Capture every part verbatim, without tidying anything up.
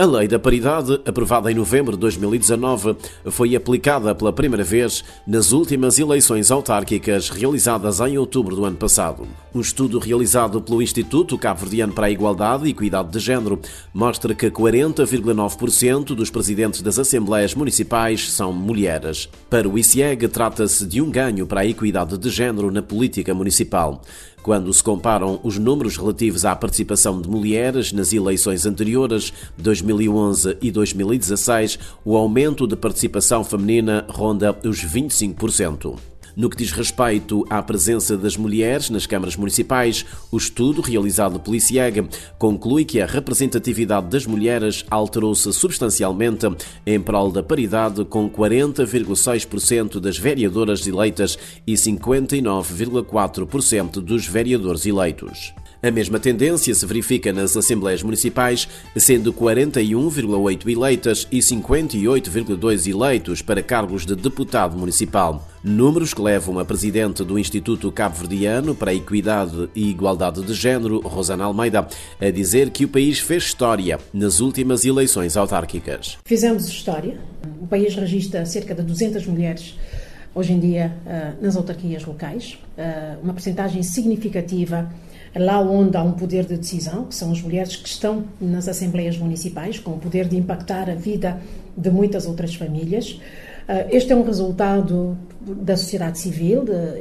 A Lei da Paridade, aprovada em novembro de dois mil e dezanove, foi aplicada pela primeira vez nas últimas eleições autárquicas realizadas em outubro do ano passado. Um estudo realizado pelo Instituto Cabo-Verdiano para a Igualdade e Equidade de Género mostra que quarenta vírgula nove por cento dos presidentes das Assembleias Municipais são mulheres. Para o I C E G, trata-se de um ganho para a equidade de género na política municipal. Quando se comparam os números relativos à participação de mulheres nas eleições anteriores, dois mil e onze e dois mil e dezasseis, o aumento de participação feminina ronda os vinte e cinco por cento. No que diz respeito à presença das mulheres nas câmaras municipais, o estudo realizado pelo I C E G conclui que a representatividade das mulheres alterou-se substancialmente em prol da paridade, com quarenta vírgula seis por cento das vereadoras eleitas e cinquenta e nove vírgula quatro por cento dos vereadores eleitos. A mesma tendência se verifica nas Assembleias Municipais, sendo quarenta e um vírgula oito eleitas e cinquenta e oito vírgula dois eleitos para cargos de deputado municipal. Números que levam a presidente do Instituto Cabo-Verdiano para a Equidade e Igualdade de Género, Rosana Almeida, a dizer que o país fez história nas últimas eleições autárquicas. Fizemos história. O país registra cerca de duzentas mulheres hoje em dia nas autarquias locais, uma percentagem significativa lá onde há um poder de decisão, que são as mulheres que estão nas Assembleias Municipais, com o poder de impactar a vida de muitas outras famílias. Este é um resultado da sociedade civil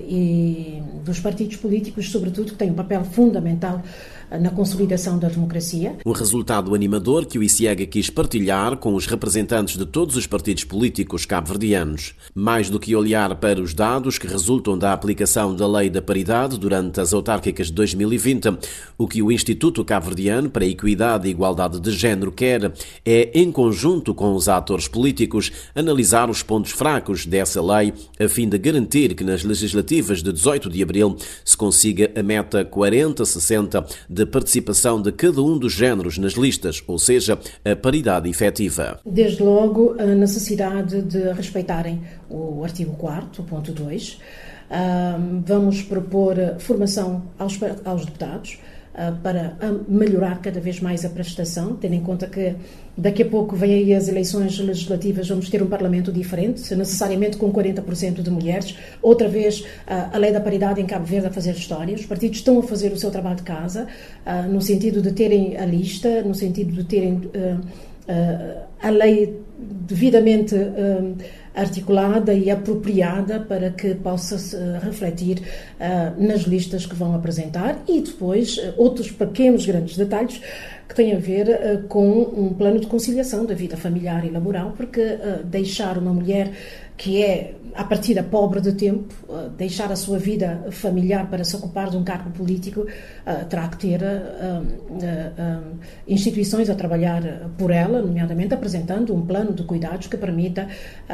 e dos partidos políticos, sobretudo, que têm um papel fundamental na consolidação da democracia. Um resultado animador que o I C E G quis partilhar com os representantes de todos os partidos políticos cabo-verdianos. Mais do que olhar para os dados que resultam da aplicação da Lei da Paridade durante as autárquicas de dois mil e vinte, o que o Instituto Cabo-Verdiano para a Equidade e Igualdade de Género quer é, em conjunto com os atores políticos, analisar os pontos fracos dessa lei, a fim de garantir que nas legislativas de dezoito de abril se consiga a meta quarenta sessenta de participação de cada um dos géneros nas listas, ou seja, a paridade efetiva. Desde logo, a necessidade de respeitarem o artigo quarto, ponto dois. Vamos propor formação aos, aos deputados para melhorar cada vez mais a prestação, tendo em conta que daqui a pouco vêm aí as eleições legislativas, vamos ter um Parlamento diferente, necessariamente com quarenta por cento de mulheres. Outra vez, a lei da paridade em Cabo Verde a fazer história. Os partidos estão a fazer o seu trabalho de casa, no sentido de terem a lista, no sentido de terem a lei devidamente articulada e apropriada para que possa refletir nas listas que vão apresentar, e depois outros pequenos, grandes detalhes que têm a ver com um plano de conciliação da vida familiar e laboral, porque deixar uma mulher que é, à partida, pobre de tempo, deixar a sua vida familiar para se ocupar de um cargo político, terá que ter instituições a trabalhar por ela, nomeadamente apresentando um plano de cuidados que permita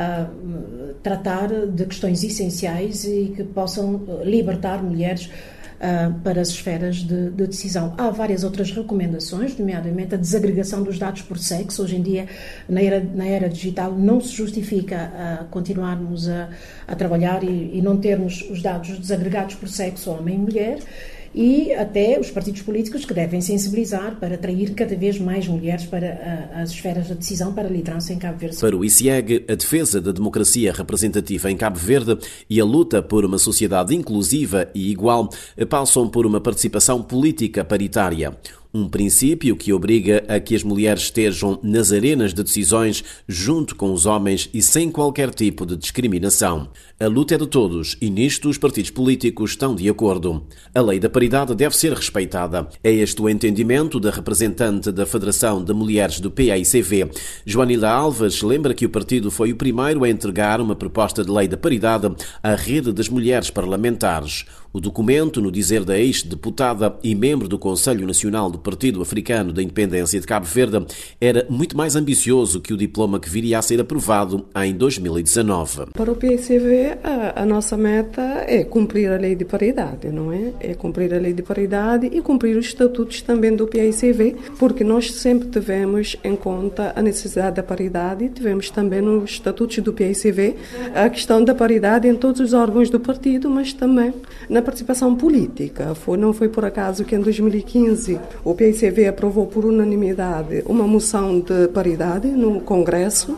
tratar de questões essenciais e que possam libertar mulheres para as esferas de, de decisão. Há várias outras recomendações, nomeadamente a desagregação dos dados por sexo. Hoje em dia, na era, na era digital, não se justifica uh, continuarmos a, a trabalhar e, e não termos os dados desagregados por sexo, homem e mulher, e até os partidos políticos que devem sensibilizar para atrair cada vez mais mulheres para a, as esferas de decisão, para a liderança em Cabo Verde. Para o I C E G, a defesa da democracia representativa em Cabo Verde e a luta por uma sociedade inclusiva e igual passam por uma participação política paritária. Um princípio que obriga a que as mulheres estejam nas arenas de decisões junto com os homens e sem qualquer tipo de discriminação. A luta é de todos e nisto os partidos políticos estão de acordo. A lei da paridade deve ser respeitada. É este o entendimento da representante da Federação de Mulheres do P A I C V. Joanila Alves lembra que o partido foi o primeiro a entregar uma proposta de lei da paridade à rede das mulheres parlamentares. O documento, no dizer da ex-deputada e membro do Conselho Nacional do Partido Africano da Independência de Cabo Verde, era muito mais ambicioso que o diploma que viria a ser aprovado em dois mil e dezanove. Para o P A I C V C, a, a nossa meta é cumprir a lei de paridade, não é? É cumprir a lei de paridade e cumprir os estatutos também do P I C V, porque nós sempre tivemos em conta a necessidade da paridade e tivemos também nos estatutos do P I C V a questão da paridade em todos os órgãos do partido, mas também na participação política. Foi, não foi por acaso que em dois mil e quinze o P I C V aprovou por unanimidade uma moção de paridade no Congresso.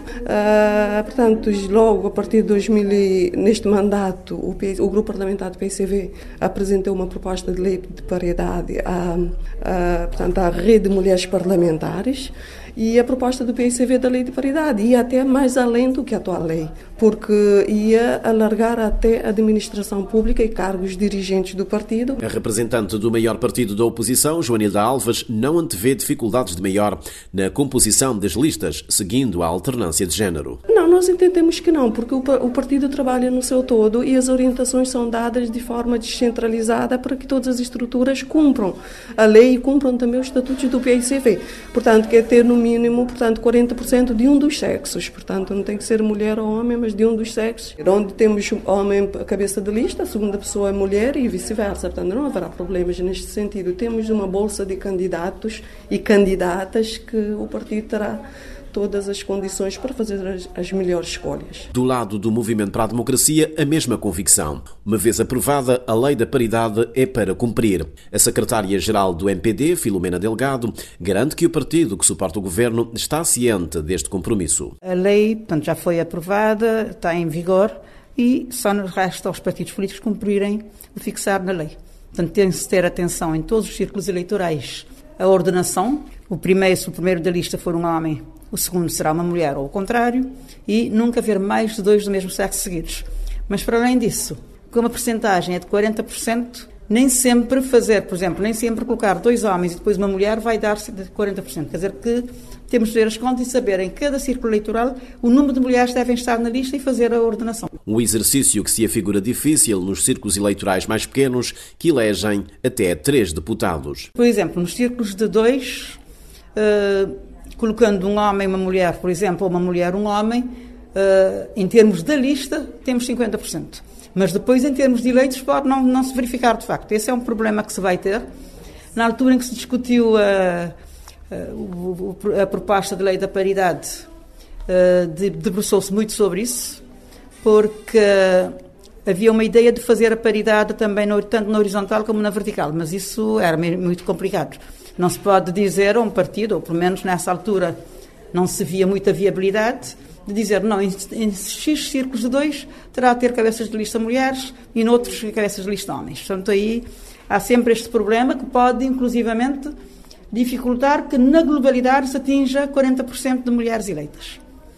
Uh, portanto, logo a partir de dois mil, neste mandato, o, P, o Grupo Parlamentar do P I C V apresentou uma proposta de lei de paridade à, à, portanto, à rede de mulheres parlamentares. E a proposta do P I C V da lei de paridade ia até mais além do que a atual lei, porque ia alargar até a administração pública e cargos dirigentes do partido. A representante do maior partido da oposição, Joanilda Alves, não antevê dificuldades de maior na composição das listas, seguindo a alternância de género. Não, nós entendemos que não, porque o partido trabalha no seu todo e as orientações são dadas de forma descentralizada para que todas as estruturas cumpram a lei e cumpram também os estatutos do P I C V. Portanto, quer ter no mínimo, portanto, quarenta por cento de um dos sexos. Portanto, não tem que ser mulher ou homem, mas de um dos sexos. Onde temos homem a cabeça de lista, a segunda pessoa é mulher e vice-versa. Portanto, não haverá problemas neste sentido. Temos uma bolsa de candidatos e candidatas que o partido terá todas as condições para fazer as, as melhores escolhas. Do lado do Movimento para a Democracia, a mesma convicção. Uma vez aprovada, a lei da paridade é para cumprir. A secretária-geral do M P D, Filomena Delgado, garante que o partido que suporta o governo está ciente deste compromisso. A lei, portanto, já foi aprovada, está em vigor e só nos resta aos partidos políticos cumprirem o fixar na lei. Portanto, tem-se de ter atenção em todos os círculos eleitorais a ordenação. O primeiro, se o primeiro da lista for um homem, o segundo será uma mulher ou o contrário, e nunca haver mais de dois do mesmo sexo seguidos. Mas, para além disso, como a percentagem é de quarenta por cento, nem sempre fazer, por exemplo, nem sempre colocar dois homens e depois uma mulher vai dar de quarenta por cento. Quer dizer que temos de ver as contas e saber em cada círculo eleitoral o número de mulheres que devem estar na lista e fazer a ordenação. Um exercício que se afigura difícil nos círculos eleitorais mais pequenos, que elegem até três deputados. Por exemplo, nos círculos de dois... Uh, colocando um homem e uma mulher, por exemplo, ou uma mulher um homem, uh, em termos da lista, temos cinquenta por cento. Mas depois, em termos de eleitos, pode não, não se verificar de facto. Esse é um problema que se vai ter. Na altura em que se discutiu a, a, a proposta de lei da paridade, uh, de, debruçou-se muito sobre isso, porque havia uma ideia de fazer a paridade também no, tanto na horizontal como na vertical, mas isso era muito complicado. Não se pode dizer a um partido, ou pelo menos nessa altura não se via muita viabilidade, de dizer, não, em, em X círculos de dois terá a ter cabeças de lista mulheres e noutros cabeças de lista homens. Portanto, aí há sempre este problema que pode, inclusivamente, dificultar que na globalidade se atinja quarenta por cento de mulheres eleitas.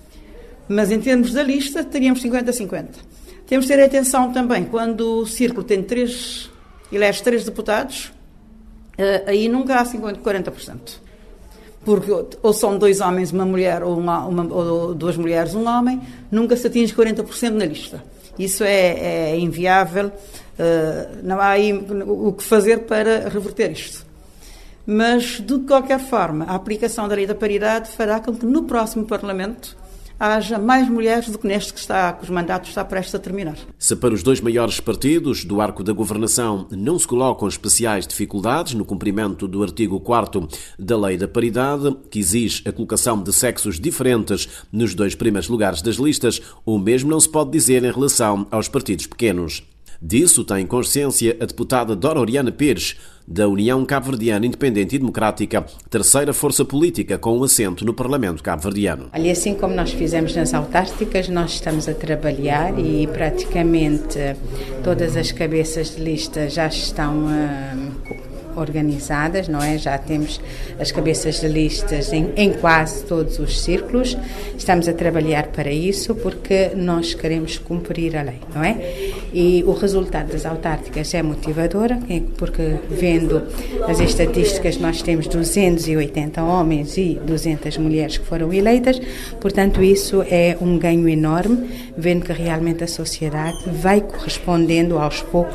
Mas em termos da lista, teríamos cinquenta a cinquenta. Temos de ter atenção também, quando o círculo tem três, elege três deputados, Uh, aí nunca há cinquenta, quarenta por cento. Porque ou são dois homens, uma mulher, ou, uma, uma, ou duas mulheres, um homem, nunca se atinge quarenta por cento na lista. Isso é, é inviável, uh, não há aí o que fazer para reverter isto. Mas, de qualquer forma, a aplicação da lei da paridade fará com que no próximo Parlamento haja mais mulheres do que neste que está, que os mandatos está prestes a terminar. Se para os dois maiores partidos do arco da governação não se colocam especiais dificuldades no cumprimento do artigo quarto da Lei da Paridade, que exige a colocação de sexos diferentes nos dois primeiros lugares das listas, o mesmo não se pode dizer em relação aos partidos pequenos. Disso tem consciência a deputada Dora Oriana Pires, da União Cabo-Verdiana Independente e Democrática, terceira força política com um assento no Parlamento cabo-verdiano. Olha, assim como nós fizemos nas autárquicas, nós estamos a trabalhar e praticamente todas as cabeças de lista já estão uh, organizadas, não é? Já temos as cabeças de listas em, em quase todos os círculos. Estamos a trabalhar para isso porque nós queremos cumprir a lei, não é? E o resultado das autárquicas é motivador, porque vendo as estatísticas nós temos duzentos e oitenta homens e duzentas mulheres que foram eleitas, portanto isso é um ganho enorme, vendo que realmente a sociedade vai correspondendo aos poucos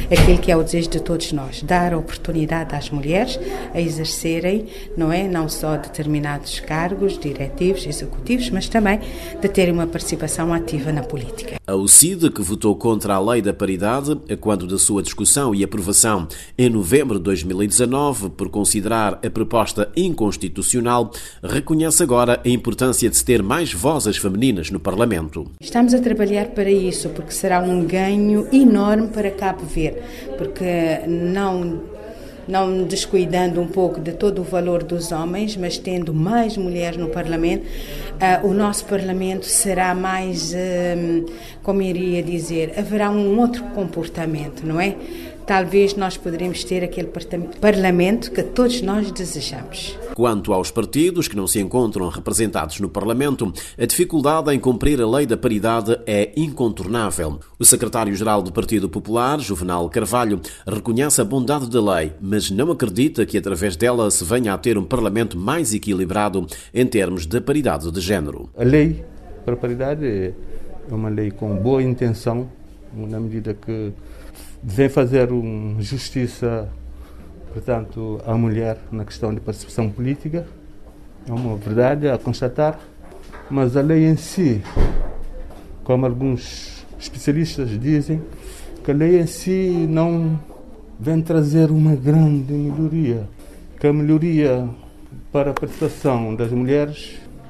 aquilo que é o desejo de todos nós, dar oportunidade às mulheres a exercerem, não é, não só determinados cargos diretivos, executivos, mas também de terem uma participação ativa na política. A U C I D, que votou contra a Lei da Paridade, quando da sua discussão e aprovação em novembro de dois mil e dezanove, por considerar a proposta inconstitucional, reconhece agora a importância de se ter mais vozes femininas no Parlamento. Estamos a trabalhar para isso, porque será um ganho enorme para Cabo Verde, porque não... não descuidando um pouco de todo o valor dos homens, mas tendo mais mulheres no Parlamento, uh, o nosso Parlamento será mais, uh, como iria dizer, haverá um outro comportamento, não é? Talvez nós poderemos ter aquele Parlamento que todos nós desejamos. Quanto aos partidos que não se encontram representados no Parlamento, a dificuldade em cumprir a lei da paridade é incontornável. O secretário-geral do Partido Popular, Juvenal Carvalho, reconhece a bondade da lei, mas não acredita que através dela se venha a ter um Parlamento mais equilibrado em termos de paridade de género. A lei para a paridade é uma lei com boa intenção, na medida que vem fazer uma justiça, portanto, à mulher na questão de participação política. É uma verdade a constatar, mas a lei em si, como alguns especialistas dizem, que a lei em si não vem trazer uma grande melhoria. Que a melhoria para a participação das mulheres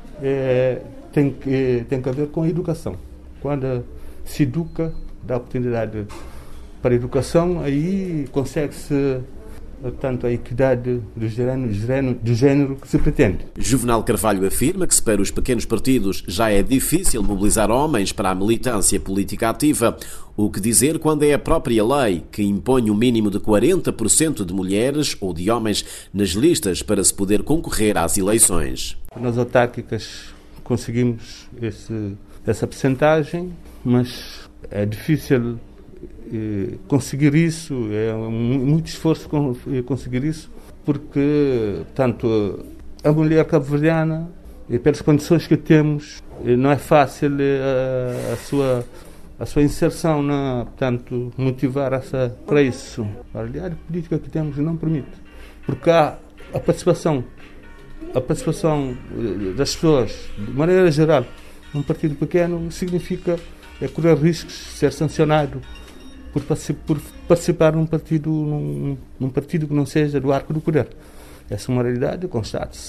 é, tem, que, tem que ver com a educação. Quando se educa, dá oportunidade para a educação, aí consegue-se, portanto, a equidade do género, do género que se pretende. Juvenal Carvalho afirma que se para os pequenos partidos já é difícil mobilizar homens para a militância política ativa, o que dizer quando é a própria lei que impõe um mínimo de quarenta por cento de mulheres ou de homens nas listas para se poder concorrer às eleições. Nas autárquicas conseguimos esse, essa percentagem, mas é difícil conseguir isso, é muito esforço conseguir isso, porque tanto a mulher cabo-verdiana, pelas condições que temos, não é fácil a, a sua a sua inserção, na, portanto, motivar essa, para isso. A realidade política que temos não permite, porque há a participação, a participação das pessoas, de maneira geral, num partido pequeno significa é correr riscos de ser sancionado por participar num partido, num, num partido que não seja do arco do poder. Essa é uma realidade, constate-se.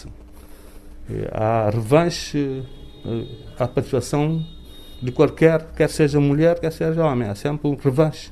Há revanche, há participação de qualquer, quer seja mulher, quer seja homem. Há sempre um revanche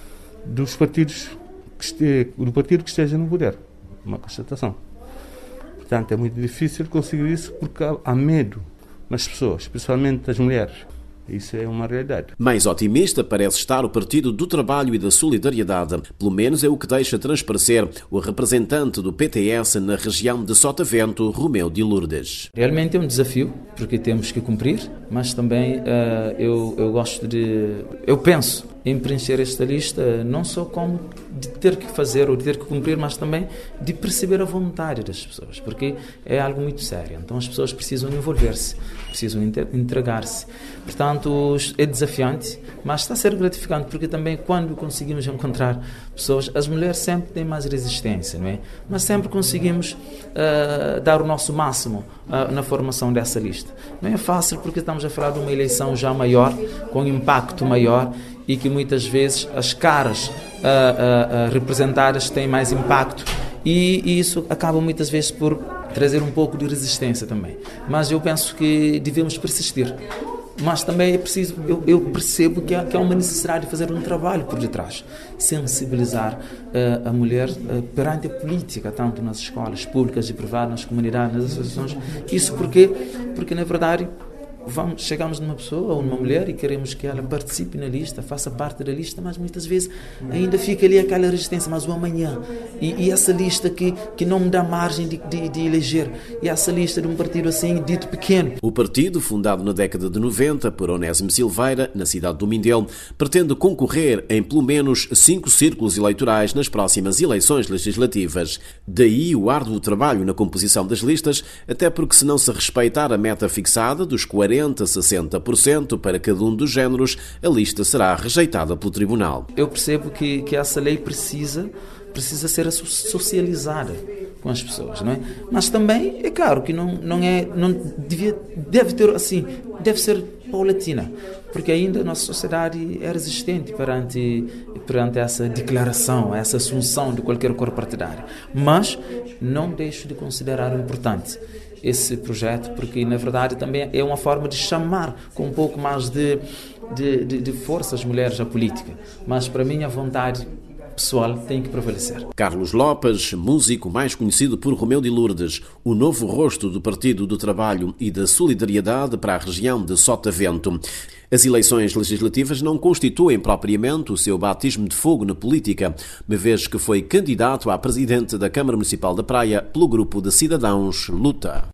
dos partidos que este, do partido que esteja no poder. Uma constatação. Portanto, é muito difícil conseguir isso porque há, há medo nas pessoas, principalmente das mulheres. Isso é uma realidade. Mais otimista parece estar o Partido do Trabalho e da Solidariedade. Pelo menos é o que deixa transparecer o representante do P T S na região de Sotavento, Romeu de Lourdes. Realmente é um desafio, porque temos que cumprir, mas também uh, eu, eu gosto de... Eu penso em preencher esta lista não só como de ter que fazer ou de ter que cumprir, mas também de perceber a vontade das pessoas, porque é algo muito sério. Então as pessoas precisam envolver-se, precisam entregar-se. Portanto, é desafiante, mas está a ser gratificante, porque também quando conseguimos encontrar pessoas, as mulheres sempre têm mais resistência, não é? Mas sempre conseguimos uh, dar o nosso máximo uh, na formação dessa lista. Não é fácil, porque estamos a falar de uma eleição já maior, com um impacto maior, e que muitas vezes as caras uh, uh, uh, representadas têm mais impacto, e, e isso acaba muitas vezes por trazer um pouco de resistência também. Mas eu penso que devemos persistir. Mas também é preciso, eu, eu percebo que há, que há uma necessidade de fazer um trabalho por detrás, sensibilizar uh, a mulher uh, perante a política, tanto nas escolas públicas e privadas, nas comunidades, nas associações. Isso porque, porque na verdade, vamos, chegamos numa pessoa ou numa mulher e queremos que ela participe na lista, faça parte da lista, mas muitas vezes ainda fica ali aquela resistência, mas o amanhã, e, e essa lista que, que não me dá margem de, de, de eleger, e essa lista de um partido assim, dito pequeno. O partido, fundado na década de noventa por Onésimo Silveira, na cidade do Mindelo, pretende concorrer em pelo menos cinco círculos eleitorais nas próximas eleições legislativas. Daí o árduo trabalho na composição das listas, até porque se não se respeitar a meta fixada dos quarenta quarenta a sessenta por cento para cada um dos géneros, a lista será rejeitada pelo Tribunal. Eu percebo que, que essa lei precisa, precisa ser socializada com as pessoas, não é? Mas também é claro que não, não é, não devia, deve ter assim, deve ser paulatina, porque ainda a nossa sociedade é resistente perante, perante essa declaração, essa assunção de qualquer cor partidária. Mas não deixo de considerar importante esse projeto, porque na verdade também é uma forma de chamar com um pouco mais de, de, de, de força as mulheres à política. Mas para mim a vontade pessoal tem que prevalecer. Carlos Lopes, músico mais conhecido por Romeu de Lourdes, o novo rosto do Partido do Trabalho e da Solidariedade para a região de Sotavento. As eleições legislativas não constituem propriamente o seu batismo de fogo na política, uma vez que foi candidato a presidente da Câmara Municipal da Praia pelo grupo de Cidadãos Luta.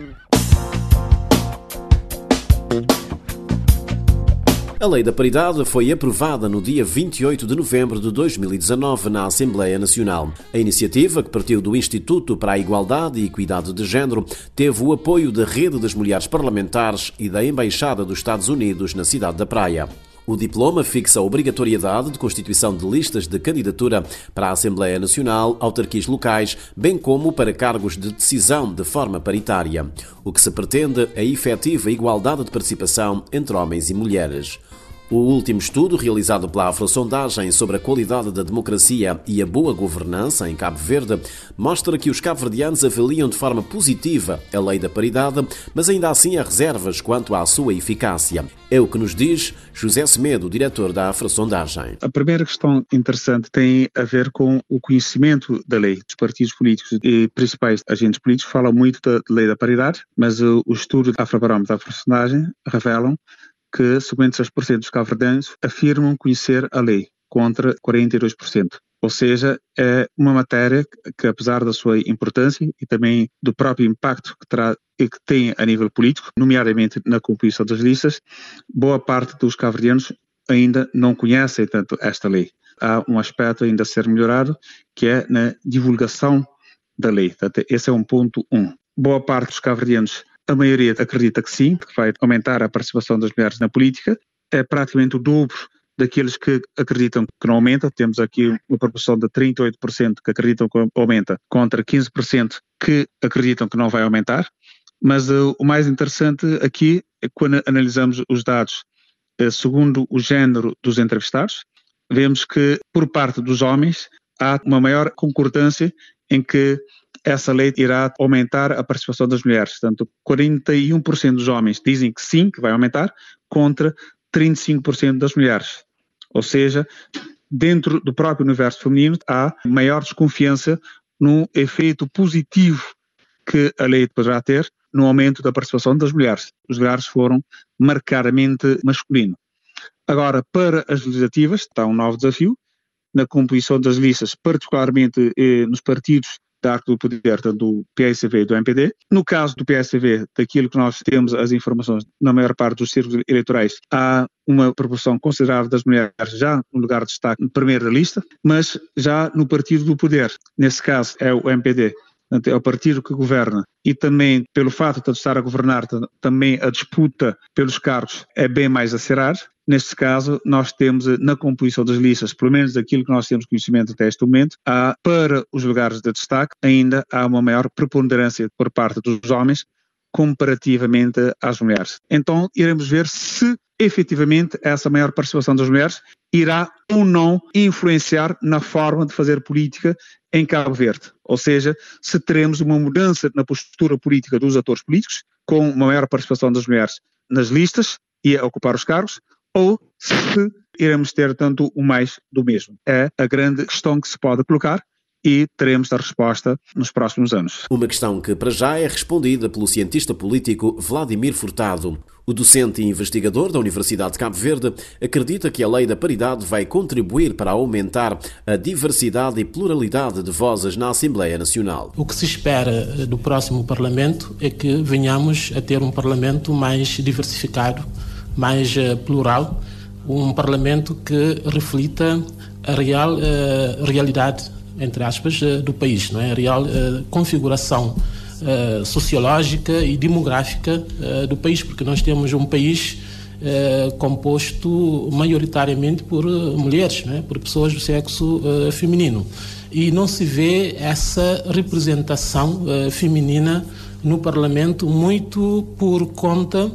A Lei da Paridade foi aprovada no dia vinte e oito de novembro de dois mil e dezanove na Assembleia Nacional. A iniciativa, que partiu do Instituto para a Igualdade e Equidade de Género, teve o apoio da Rede das Mulheres Parlamentares e da Embaixada dos Estados Unidos na cidade da Praia. O diploma fixa a obrigatoriedade de constituição de listas de candidatura para a Assembleia Nacional, autarquias locais, bem como para cargos de decisão de forma paritária. O que se pretende é a efetiva igualdade de participação entre homens e mulheres. O último estudo, realizado pela Afrosondagem sobre a qualidade da democracia e a boa governança em Cabo Verde, mostra que os cabo-verdianos avaliam de forma positiva a Lei da Paridade, mas ainda assim há reservas quanto à sua eficácia. É o que nos diz José Semedo, diretor da Afrosondagem. A primeira questão interessante tem a ver com o conhecimento da lei. Os partidos políticos e principais agentes políticos falam muito da Lei da Paridade, mas o estudo da Afrobarómetro da Afrosondagem revelam que cinquenta e seis por cento dos cabo-verdianos afirmam conhecer a lei, contra quarenta e dois por cento. Ou seja, é uma matéria que, apesar da sua importância e também do próprio impacto que, terá, e que tem a nível político, nomeadamente na composição das listas, boa parte dos cabo-verdianos ainda não conhecem tanto esta lei. Há um aspecto ainda a ser melhorado, que é na divulgação da lei. Portanto, esse é um ponto um. Boa parte dos cabo-verdianos, a maioria acredita que sim, que vai aumentar a participação das mulheres na política. É praticamente o dobro daqueles que acreditam que não aumenta. Temos aqui uma proporção de trinta e oito por cento que acreditam que aumenta, contra quinze por cento que acreditam que não vai aumentar. Mas uh, o mais interessante aqui é quando analisamos os dados uh, segundo o género dos entrevistados, vemos que por parte dos homens há uma maior concordância em que essa lei irá aumentar a participação das mulheres. Portanto, quarenta e um por cento dos homens dizem que sim, que vai aumentar, contra trinta e cinco por cento das mulheres. Ou seja, dentro do próprio universo feminino há maior desconfiança no efeito positivo que a lei poderá ter no aumento da participação das mulheres. Os lugares foram marcadamente masculinos. Agora, para as legislativas, está um novo desafio, na composição das listas, particularmente eh, nos partidos da Arco do Poder, tanto do P S V e do M P D. No caso do P S V, daquilo que nós temos as informações, na maior parte dos círculos eleitorais, há uma proporção considerável das mulheres já no lugar de destaque no primeiro da lista, mas já no Partido do Poder, nesse caso é o M P D, portanto, é o partido que governa, e também pelo fato de estar a governar, também a disputa pelos cargos é bem mais acirrada. Neste caso, nós temos na composição das listas, pelo menos daquilo que nós temos conhecimento até este momento, há, para os lugares de destaque, ainda há uma maior preponderância por parte dos homens comparativamente às mulheres. Então, iremos ver se efetivamente essa maior participação das mulheres irá ou não influenciar na forma de fazer política em Cabo Verde. Ou seja, se teremos uma mudança na postura política dos atores políticos, com uma maior participação das mulheres nas listas e a ocupar os cargos, ou se iremos ter tanto o mais do mesmo. É a grande questão que se pode colocar e teremos a resposta nos próximos anos. Uma questão que para já é respondida pelo cientista político Vladimir Furtado. O docente e investigador da Universidade de Cabo Verde acredita que a Lei da Paridade vai contribuir para aumentar a diversidade e pluralidade de vozes na Assembleia Nacional. O que se espera do próximo Parlamento é que venhamos a ter um Parlamento mais diversificado, mais uh, plural, um Parlamento que reflita a real uh, realidade, entre aspas, uh, do país, não é? A real uh, configuração uh, sociológica e demográfica uh, do país, porque nós temos um país uh, composto maioritariamente por uh, mulheres, né? Por pessoas do sexo uh, feminino. E não se vê essa representação uh, feminina no Parlamento, muito por conta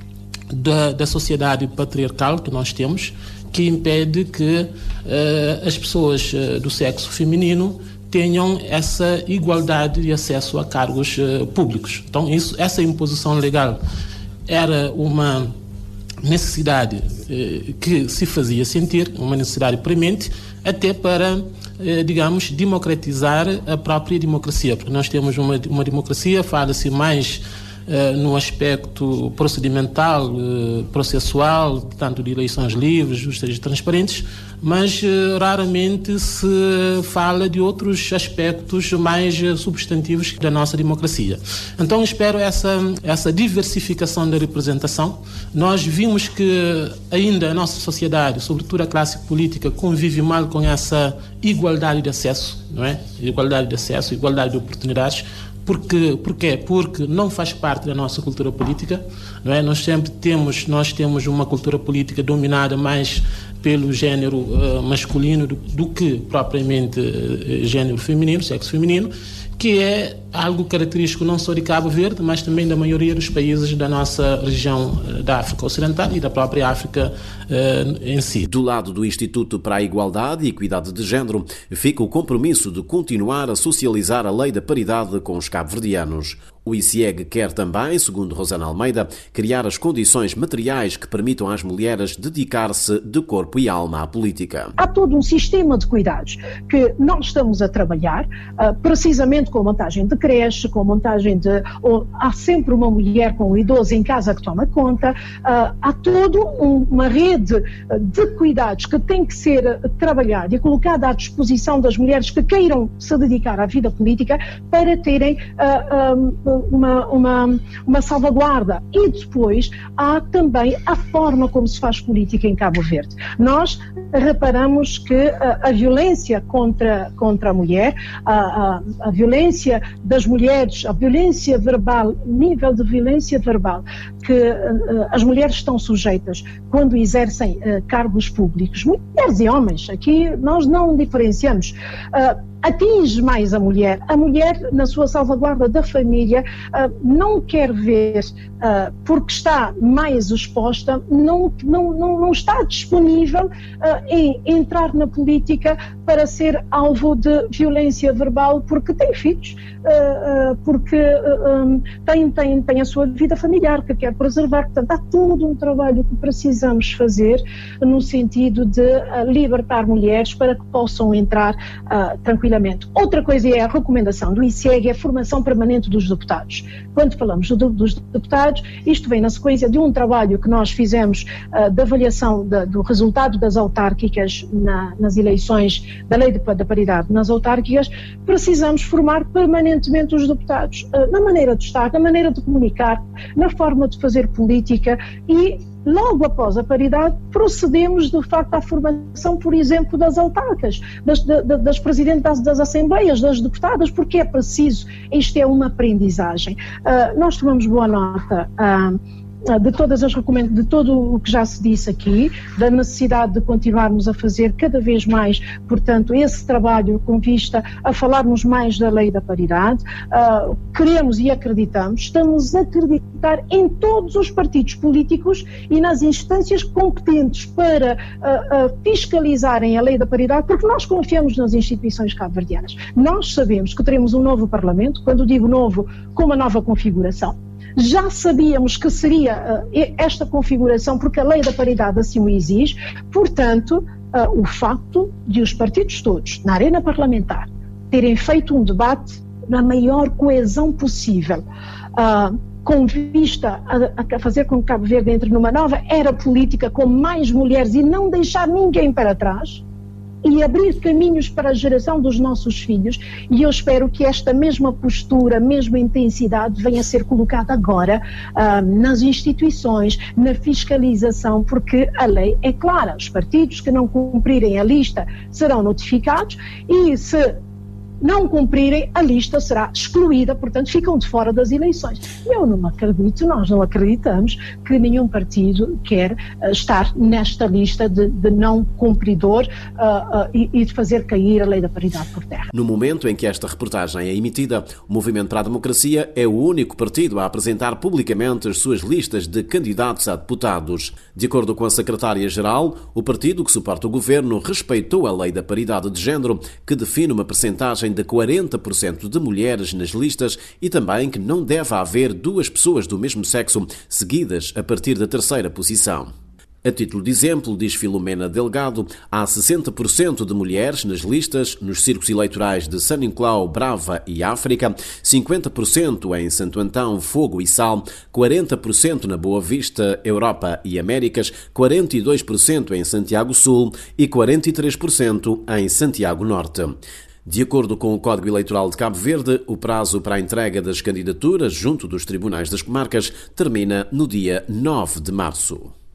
da, da sociedade patriarcal que nós temos, que impede que uh, as pessoas uh, do sexo feminino tenham essa igualdade de acesso a cargos uh, públicos. Então, isso, essa imposição legal era uma necessidade uh, que se fazia sentir, uma necessidade premente, até para, uh, digamos, democratizar a própria democracia, porque nós temos uma, uma democracia, fala-se mais Uh, no aspecto procedimental, uh, processual, portanto, de eleições livres, justas e transparentes, mas uh, raramente se fala de outros aspectos mais uh, substantivos da nossa democracia. Então, espero essa, essa diversificação da representação. Nós vimos que ainda a nossa sociedade, sobretudo a classe política, convive mal com essa igualdade de acesso, não é? Igualdade de acesso, igualdade de oportunidades. Porque, porquê? Porque não faz parte da nossa cultura política, não é? Nós sempre temos, nós temos uma cultura política dominada mais pelo género uh, masculino do, do que propriamente uh, género feminino, sexo feminino, que é algo característico não só de Cabo Verde, mas também da maioria dos países da nossa região uh, da África Ocidental e da própria África uh, em si. Do lado do Instituto para a Igualdade e Equidade de Género, fica o compromisso de continuar a socializar a lei da paridade com os cabo-verdianos. O I C I E G quer também, segundo Rosana Almeida, criar as condições materiais que permitam às mulheres dedicar-se de corpo e alma à política. Há todo um sistema de cuidados que nós estamos a trabalhar, precisamente com a montagem de creche, com a montagem de... Ou, há sempre uma mulher com um idoso em casa que toma conta, há toda uma rede de cuidados que tem que ser trabalhada e colocada à disposição das mulheres que queiram se dedicar à vida política para terem... Uma, uma, uma salvaguarda. E depois há também a forma como se faz política em Cabo Verde. Nós reparamos que a, a violência contra, contra a mulher, a, a, a violência das mulheres, a violência verbal, nível de violência verbal que uh, as mulheres estão sujeitas quando exercem uh, cargos públicos, mulheres e homens, aqui nós não diferenciamos, uh, atinge mais a mulher. A mulher, na sua salvaguarda da família, uh, não quer ver, uh, porque está mais exposta, não, não, não, não está disponível uh, em entrar na política para ser alvo de violência verbal, porque tem filhos, uh, uh, porque uh, um, tem, tem, tem a sua vida familiar que quer preservar. Portanto, há todo um trabalho que precisamos fazer no sentido de uh, libertar mulheres para que possam entrar uh, tranquilamente. Outra coisa é a recomendação do I C I E G, é a formação permanente dos deputados. Quando falamos do, dos deputados, isto vem na sequência de um trabalho que nós fizemos uh, de avaliação de, do resultado das autárquicas na, nas eleições da lei de, da paridade nas autárquicas. Precisamos formar permanentemente os deputados uh, na maneira de estar, na maneira de comunicar, na forma de fazer política e logo após a paridade, procedemos de facto à formação, por exemplo, das autarcas, das, das, das presidentes das, das assembleias, das deputadas, porque é preciso, isto é uma aprendizagem. Uh, nós tomamos boa nota uh, de todas as recomendações, de todo o que já se disse aqui, da necessidade de continuarmos a fazer cada vez mais, portanto, esse trabalho com vista a falarmos mais da lei da paridade. Uh, queremos e acreditamos, estamos a acreditar em todos os partidos políticos e nas instâncias competentes para uh, uh, fiscalizarem a lei da paridade, porque nós confiamos nas instituições cabo-verdianas. Nós sabemos que teremos um novo Parlamento, quando digo novo, com uma nova configuração. Já sabíamos que seria uh, esta configuração, porque a lei da paridade assim o exige. Portanto, uh, o facto de os partidos todos, na arena parlamentar, terem feito um debate na maior coesão possível, uh, com vista a, a fazer com que Cabo Verde entre numa nova era política com mais mulheres e não deixar ninguém para trás, e abrir caminhos para a geração dos nossos filhos, e eu espero que esta mesma postura, mesma intensidade venha a ser colocada agora uh, nas instituições, na fiscalização, porque a lei é clara, os partidos que não cumprirem a lista serão notificados e se não cumprirem, a lista será excluída, portanto ficam de fora das eleições. Eu não acredito, nós não acreditamos que nenhum partido quer uh, estar nesta lista de, de não cumpridor uh, uh, e, e de fazer cair a lei da paridade por terra. No momento em que esta reportagem é emitida, o Movimento para a Democracia é o único partido a apresentar publicamente as suas listas de candidatos a deputados. De acordo com a secretária-geral, o partido que suporta o governo respeitou a lei da paridade de género, que define uma percentagem de quarenta por cento de mulheres nas listas e também que não deve haver duas pessoas do mesmo sexo seguidas a partir da terceira posição. A título de exemplo, diz Filomena Delgado, há sessenta por cento de mulheres nas listas nos círculos eleitorais de São Nicolau, Brava e África, cinquenta por cento em Santo Antão, Fogo e Sal, quarenta por cento na Boa Vista, Europa e Américas, quarenta e dois por cento em Santiago Sul e quarenta e três por cento em Santiago Norte. De acordo com o Código Eleitoral de Cabo Verde, o prazo para a entrega das candidaturas junto dos tribunais das comarcas termina no dia nove de março.